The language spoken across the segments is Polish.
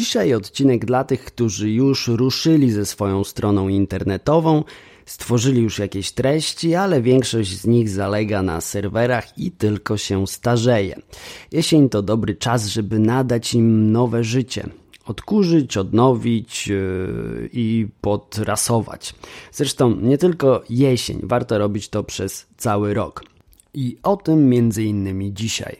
Dzisiaj odcinek dla tych, którzy już ruszyli ze swoją stroną internetową, stworzyli już jakieś treści, ale większość z nich zalega na serwerach i tylko się starzeje. Jesień to dobry czas, żeby nadać im nowe życie. Odkurzyć, odnowić i podrasować. Zresztą nie tylko jesień, warto robić to przez cały rok. I o tym między innymi dzisiaj.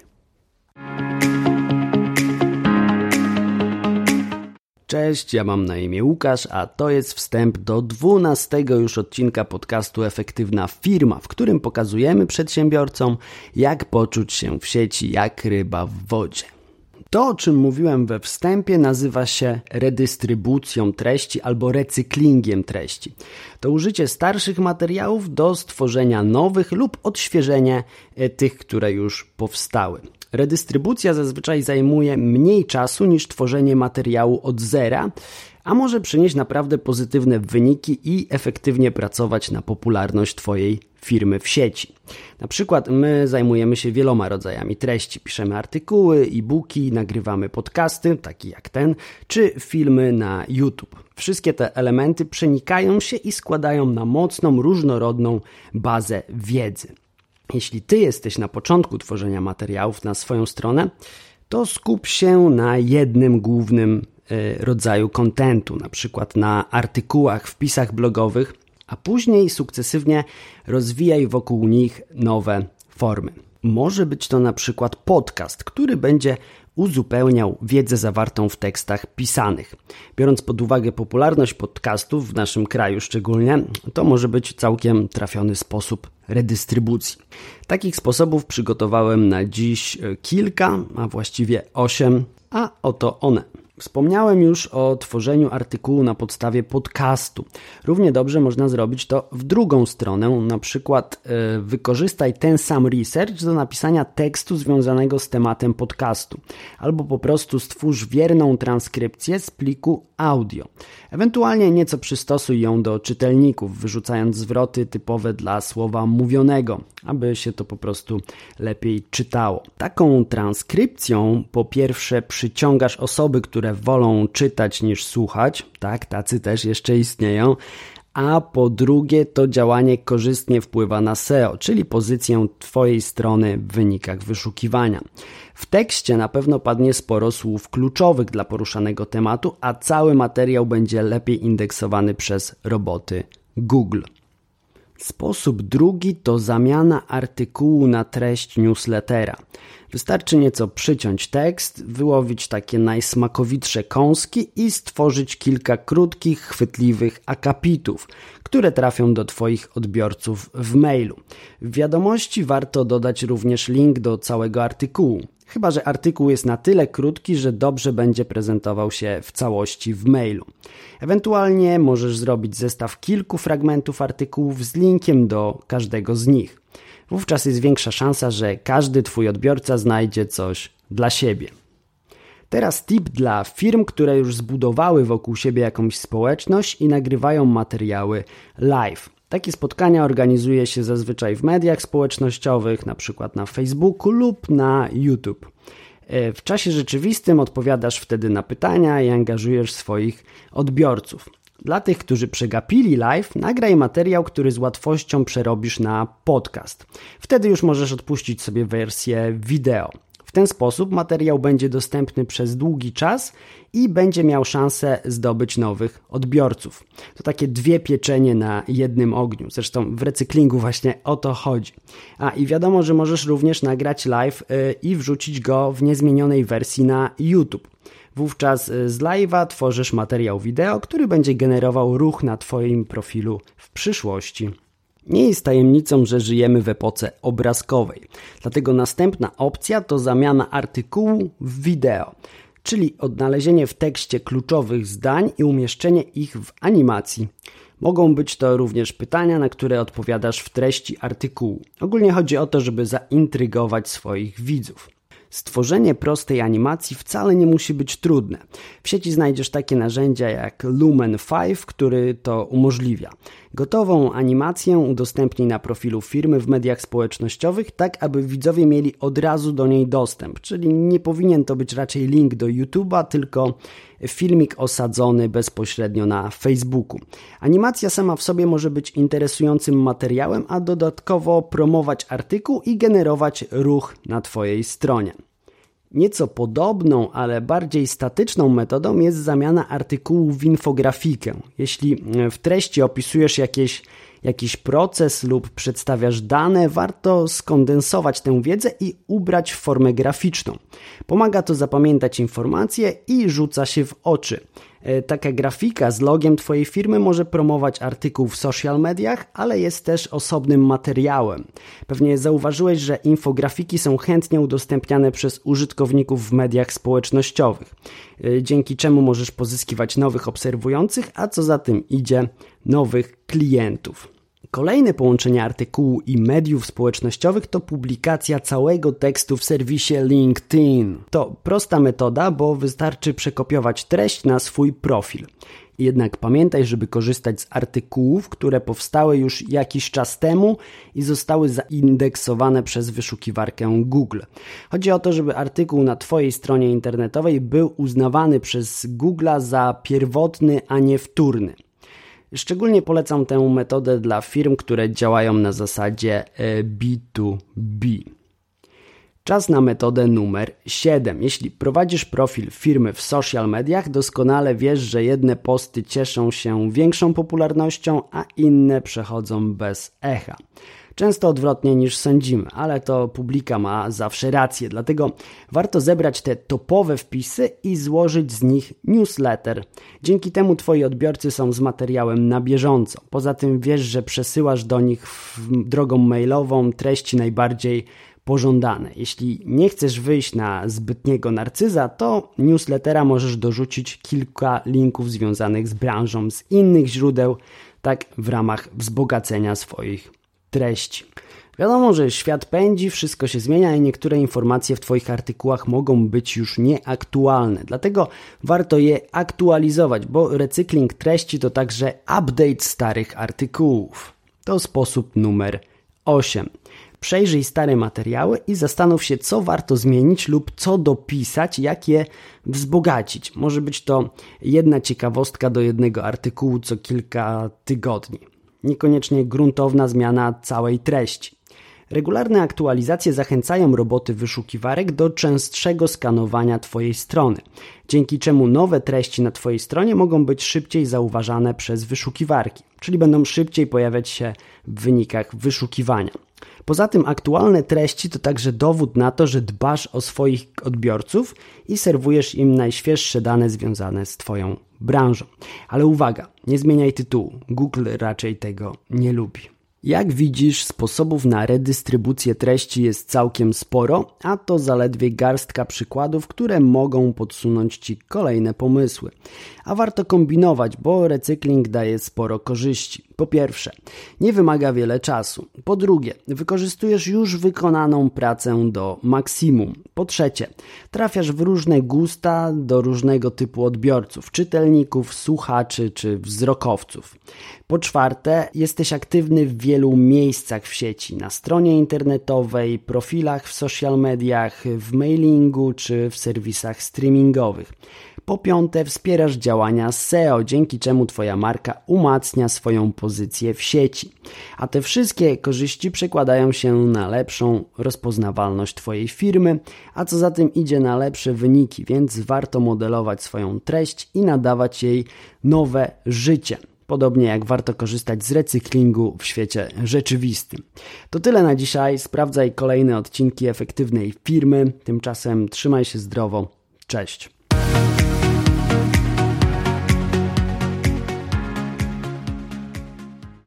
Cześć, ja mam na imię Łukasz, a to jest wstęp do 12 już odcinka podcastu Efektywna Firma, w którym pokazujemy przedsiębiorcom, jak poczuć się w sieci jak ryba w wodzie. To, o czym mówiłem we wstępie, nazywa się redystrybucją treści albo recyklingiem treści. To użycie starszych materiałów do stworzenia nowych lub odświeżenie tych, które już powstały. Redystrybucja zazwyczaj zajmuje mniej czasu niż tworzenie materiału od zera, a może przynieść naprawdę pozytywne wyniki i efektywnie pracować na popularność Twojej firmy w sieci. Na przykład my zajmujemy się wieloma rodzajami treści. Piszemy artykuły, e-booki, nagrywamy podcasty, takie jak ten, czy filmy na YouTube. Wszystkie te elementy przenikają się i składają na mocną, różnorodną bazę wiedzy. Jeśli Ty jesteś na początku tworzenia materiałów na swoją stronę, to skup się na jednym głównym rodzaju kontentu, na przykład na artykułach, wpisach blogowych, a później sukcesywnie rozwijaj wokół nich nowe formy. Może być to na przykład podcast, który będzie uzupełniał wiedzę zawartą w tekstach pisanych. Biorąc pod uwagę popularność podcastów w naszym kraju szczególnie, to może być całkiem trafiony sposób redystrybucji. Takich sposobów przygotowałem na dziś kilka, a właściwie 8, a oto one. Wspomniałem już o tworzeniu artykułu na podstawie podcastu. Równie dobrze można zrobić to w drugą stronę, na przykład wykorzystaj ten sam research do napisania tekstu związanego z tematem podcastu, albo po prostu stwórz wierną transkrypcję z pliku audio. Ewentualnie nieco przystosuj ją do czytelników, wyrzucając zwroty typowe dla słowa mówionego, aby się to po prostu lepiej czytało. Taką transkrypcją po pierwsze przyciągasz osoby, które wolą czytać niż słuchać, tak, tacy też jeszcze istnieją, a po drugie to działanie korzystnie wpływa na SEO, czyli pozycję Twojej strony w wynikach wyszukiwania. W tekście na pewno padnie sporo słów kluczowych dla poruszanego tematu, a cały materiał będzie lepiej indeksowany przez roboty Google. Sposób drugi to zamiana artykułu na treść newslettera. Wystarczy nieco przyciąć tekst, wyłowić takie najsmakowitsze kąski i stworzyć kilka krótkich, chwytliwych akapitów, które trafią do Twoich odbiorców w mailu. W wiadomości warto dodać również link do całego artykułu. Chyba że artykuł jest na tyle krótki, że dobrze będzie prezentował się w całości w mailu. Ewentualnie możesz zrobić zestaw kilku fragmentów artykułów z linkiem do każdego z nich. Wówczas jest większa szansa, że każdy Twój odbiorca znajdzie coś dla siebie. Teraz tip dla firm, które już zbudowały wokół siebie jakąś społeczność i nagrywają materiały live. Takie spotkania organizuje się zazwyczaj w mediach społecznościowych, na przykład na Facebooku lub na YouTube. W czasie rzeczywistym odpowiadasz wtedy na pytania i angażujesz swoich odbiorców. Dla tych, którzy przegapili live, nagraj materiał, który z łatwością przerobisz na podcast. Wtedy już możesz odpuścić sobie wersję wideo. W ten sposób materiał będzie dostępny przez długi czas i będzie miał szansę zdobyć nowych odbiorców. To takie dwie pieczenie na jednym ogniu. Zresztą w recyklingu właśnie o to chodzi. I wiadomo, że możesz również nagrać live i wrzucić go w niezmienionej wersji na YouTube. Wówczas z live'a tworzysz materiał wideo, który będzie generował ruch na Twoim profilu w przyszłości. Nie jest tajemnicą, że żyjemy w epoce obrazkowej. Dlatego następna opcja to zamiana artykułu w wideo, czyli odnalezienie w tekście kluczowych zdań i umieszczenie ich w animacji. Mogą być to również pytania, na które odpowiadasz w treści artykułu. Ogólnie chodzi o to, żeby zaintrygować swoich widzów. Stworzenie prostej animacji wcale nie musi być trudne. W sieci znajdziesz takie narzędzia jak Lumen 5, który to umożliwia. Gotową animację udostępnij na profilu firmy w mediach społecznościowych, tak aby widzowie mieli od razu do niej dostęp, czyli nie powinien to być raczej link do YouTube'a, tylko filmik osadzony bezpośrednio na Facebooku. Animacja sama w sobie może być interesującym materiałem, a dodatkowo promować artykuł i generować ruch na Twojej stronie. Nieco podobną, ale bardziej statyczną metodą jest zamiana artykułu w infografikę. Jeśli w treści opisujesz jakiś proces lub przedstawiasz dane, warto skondensować tę wiedzę i ubrać w formę graficzną. Pomaga to zapamiętać informacje i rzuca się w oczy. Taka grafika z logiem Twojej firmy może promować artykuł w social mediach, ale jest też osobnym materiałem. Pewnie zauważyłeś, że infografiki są chętnie udostępniane przez użytkowników w mediach społecznościowych, dzięki czemu możesz pozyskiwać nowych obserwujących, a co za tym idzie, nowych klientów. Kolejne połączenie artykułu i mediów społecznościowych to publikacja całego tekstu w serwisie LinkedIn. To prosta metoda, bo wystarczy przekopiować treść na swój profil. Jednak pamiętaj, żeby korzystać z artykułów, które powstały już jakiś czas temu i zostały zaindeksowane przez wyszukiwarkę Google. Chodzi o to, żeby artykuł na Twojej stronie internetowej był uznawany przez Google'a za pierwotny, a nie wtórny. Szczególnie polecam tę metodę dla firm, które działają na zasadzie B2B. Czas na metodę numer 7. Jeśli prowadzisz profil firmy w social mediach, doskonale wiesz, że jedne posty cieszą się większą popularnością, a inne przechodzą bez echa. Często odwrotnie niż sądzimy, ale to publika ma zawsze rację, dlatego warto zebrać te topowe wpisy i złożyć z nich newsletter. Dzięki temu Twoi odbiorcy są z materiałem na bieżąco. Poza tym wiesz, że przesyłasz do nich drogą mailową treści najbardziej pożądane. Jeśli nie chcesz wyjść na zbytniego narcyza, to newslettera możesz dorzucić kilka linków związanych z branżą z innych źródeł, tak w ramach wzbogacenia swoich treści. Wiadomo, że świat pędzi, wszystko się zmienia i niektóre informacje w Twoich artykułach mogą być już nieaktualne. Dlatego warto je aktualizować, bo recykling treści to także update starych artykułów. To sposób numer 8. Przejrzyj stare materiały i zastanów się, co warto zmienić lub co dopisać, jak je wzbogacić. Może być to jedna ciekawostka do jednego artykułu co kilka tygodni. Niekoniecznie gruntowna zmiana całej treści. Regularne aktualizacje zachęcają roboty wyszukiwarek do częstszego skanowania Twojej strony, dzięki czemu nowe treści na Twojej stronie mogą być szybciej zauważane przez wyszukiwarki, czyli będą szybciej pojawiać się w wynikach wyszukiwania. Poza tym aktualne treści to także dowód na to, że dbasz o swoich odbiorców i serwujesz im najświeższe dane związane z Twoją branżą. Ale uwaga, nie zmieniaj tytułu, Google raczej tego nie lubi. Jak widzisz, sposobów na redystrybucję treści jest całkiem sporo, a to zaledwie garstka przykładów, które mogą podsunąć Ci kolejne pomysły. A warto kombinować, bo recykling daje sporo korzyści. Po pierwsze, nie wymaga wiele czasu. Po drugie, wykorzystujesz już wykonaną pracę do maksimum. Po trzecie, trafiasz w różne gusta do różnego typu odbiorców, czytelników, słuchaczy czy wzrokowców. Po czwarte, jesteś aktywny w wielu miejscach w sieci, na stronie internetowej, profilach w social mediach, w mailingu czy w serwisach streamingowych. Po piąte, wspierasz działania SEO, dzięki czemu Twoja marka umacnia swoją pozycję w sieci. A te wszystkie korzyści przekładają się na lepszą rozpoznawalność Twojej firmy, a co za tym idzie na lepsze wyniki, więc warto modelować swoją treść i nadawać jej nowe życie. Podobnie jak warto korzystać z recyklingu w świecie rzeczywistym. To tyle na dzisiaj. Sprawdzaj kolejne odcinki Efektywnej Firmy. Tymczasem trzymaj się zdrowo. Cześć.